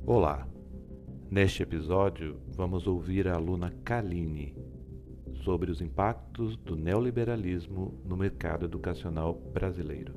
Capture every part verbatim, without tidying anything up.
Olá! Neste episódio, vamos ouvir a aluna Kaline sobre os impactos do neoliberalismo no mercado educacional brasileiro.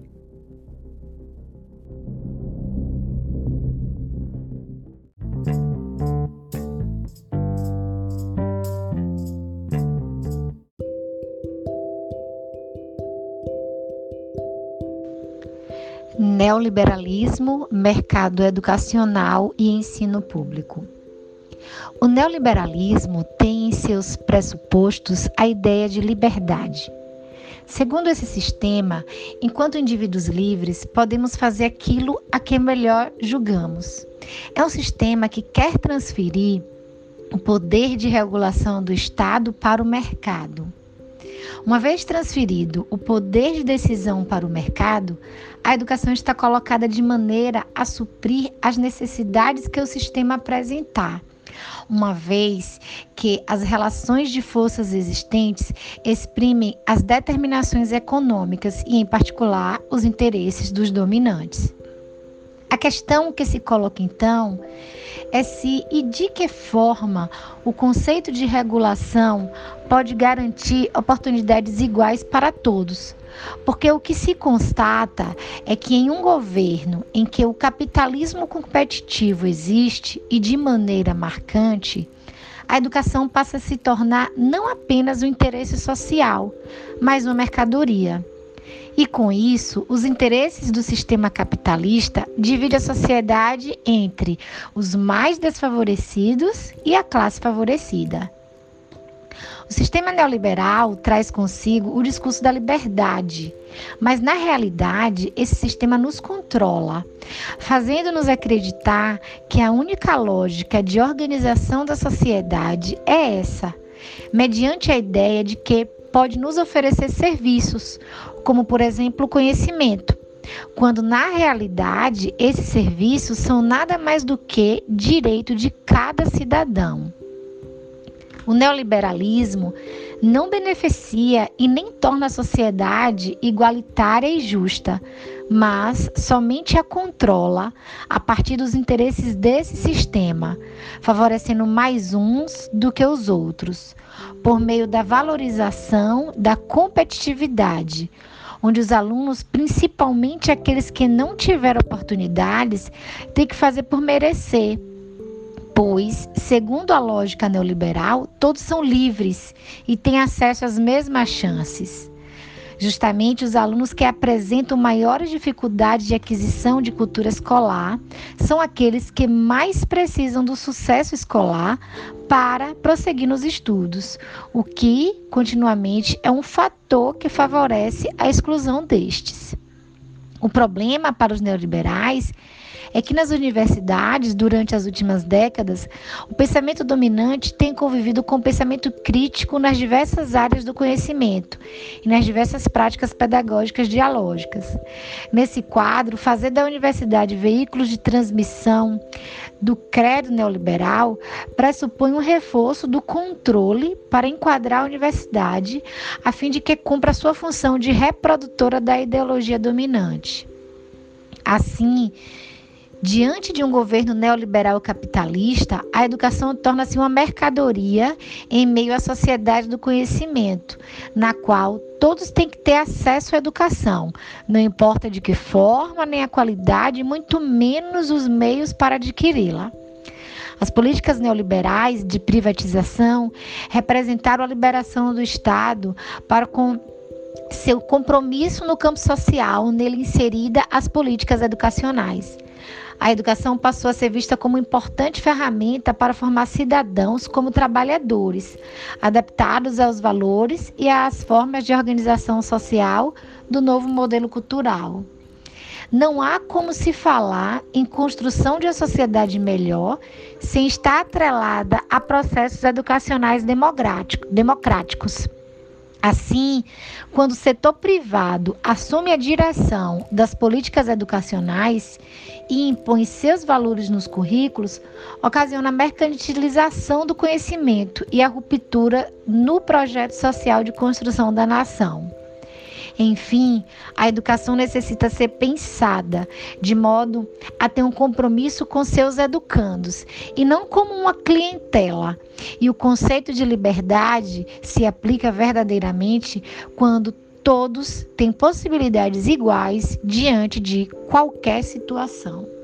Neoliberalismo, mercado educacional e ensino público. O neoliberalismo tem em seus pressupostos a ideia de liberdade. Segundo esse sistema, enquanto indivíduos livres, podemos fazer aquilo a que melhor julgamos. É um sistema que quer transferir o poder de regulação do Estado para o mercado. Uma vez transferido o poder de decisão para o mercado, a educação está colocada de maneira a suprir as necessidades que o sistema apresentar, uma vez que as relações de forças existentes exprimem as determinações econômicas e, em particular, os interesses dos dominantes. A questão que se coloca, então, é se e de que forma o conceito de regulação pode garantir oportunidades iguais para todos. Porque o que se constata é que em um governo em que o capitalismo competitivo existe e de maneira marcante, a educação passa a se tornar não apenas um interesse social, mas uma mercadoria. E com isso, os interesses do sistema capitalista dividem a sociedade entre os mais desfavorecidos e a classe favorecida. O sistema neoliberal traz consigo o discurso da liberdade, mas na realidade esse sistema nos controla, fazendo-nos acreditar que a única lógica de organização da sociedade é essa, mediante a ideia de que pode nos oferecer serviços, como por exemplo o conhecimento, quando na realidade esses serviços são nada mais do que direito de cada cidadão. O neoliberalismo não beneficia e nem torna a sociedade igualitária e justa, mas somente a controla a partir dos interesses desse sistema, favorecendo mais uns do que os outros, por meio da valorização da competitividade, onde os alunos, principalmente aqueles que não tiveram oportunidades, têm que fazer por merecer. Pois, segundo a lógica neoliberal, todos são livres e têm acesso às mesmas chances. Justamente os alunos que apresentam maiores dificuldades de aquisição de cultura escolar são aqueles que mais precisam do sucesso escolar para prosseguir nos estudos, o que, continuamente, é um fator que favorece a exclusão destes. O problema para os neoliberais é que nas universidades, durante as últimas décadas, o pensamento dominante tem convivido com o pensamento crítico nas diversas áreas do conhecimento e nas diversas práticas pedagógicas dialógicas. Nesse quadro, fazer da universidade veículos de transmissão do credo neoliberal pressupõe um reforço do controle para enquadrar a universidade, a fim de que cumpra a sua função de reprodutora da ideologia dominante. Assim, diante de um governo neoliberal capitalista, a educação torna-se uma mercadoria em meio à sociedade do conhecimento, na qual todos têm que ter acesso à educação, não importa de que forma, nem a qualidade, muito menos os meios para adquiri-la. As políticas neoliberais de privatização representaram a liberação do Estado para com seu compromisso no campo social, nele inserida as políticas educacionais. A educação passou a ser vista como importante ferramenta para formar cidadãos como trabalhadores, adaptados aos valores e às formas de organização social do novo modelo cultural. Não há como se falar em construção de uma sociedade melhor sem estar atrelada a processos educacionais democráticos. Assim, quando o setor privado assume a direção das políticas educacionais e impõe seus valores nos currículos, ocasiona a mercantilização do conhecimento e a ruptura no projeto social de construção da nação. Enfim, a educação necessita ser pensada de modo a ter um compromisso com seus educandos e não como uma clientela. E o conceito de liberdade se aplica verdadeiramente quando todos têm possibilidades iguais diante de qualquer situação.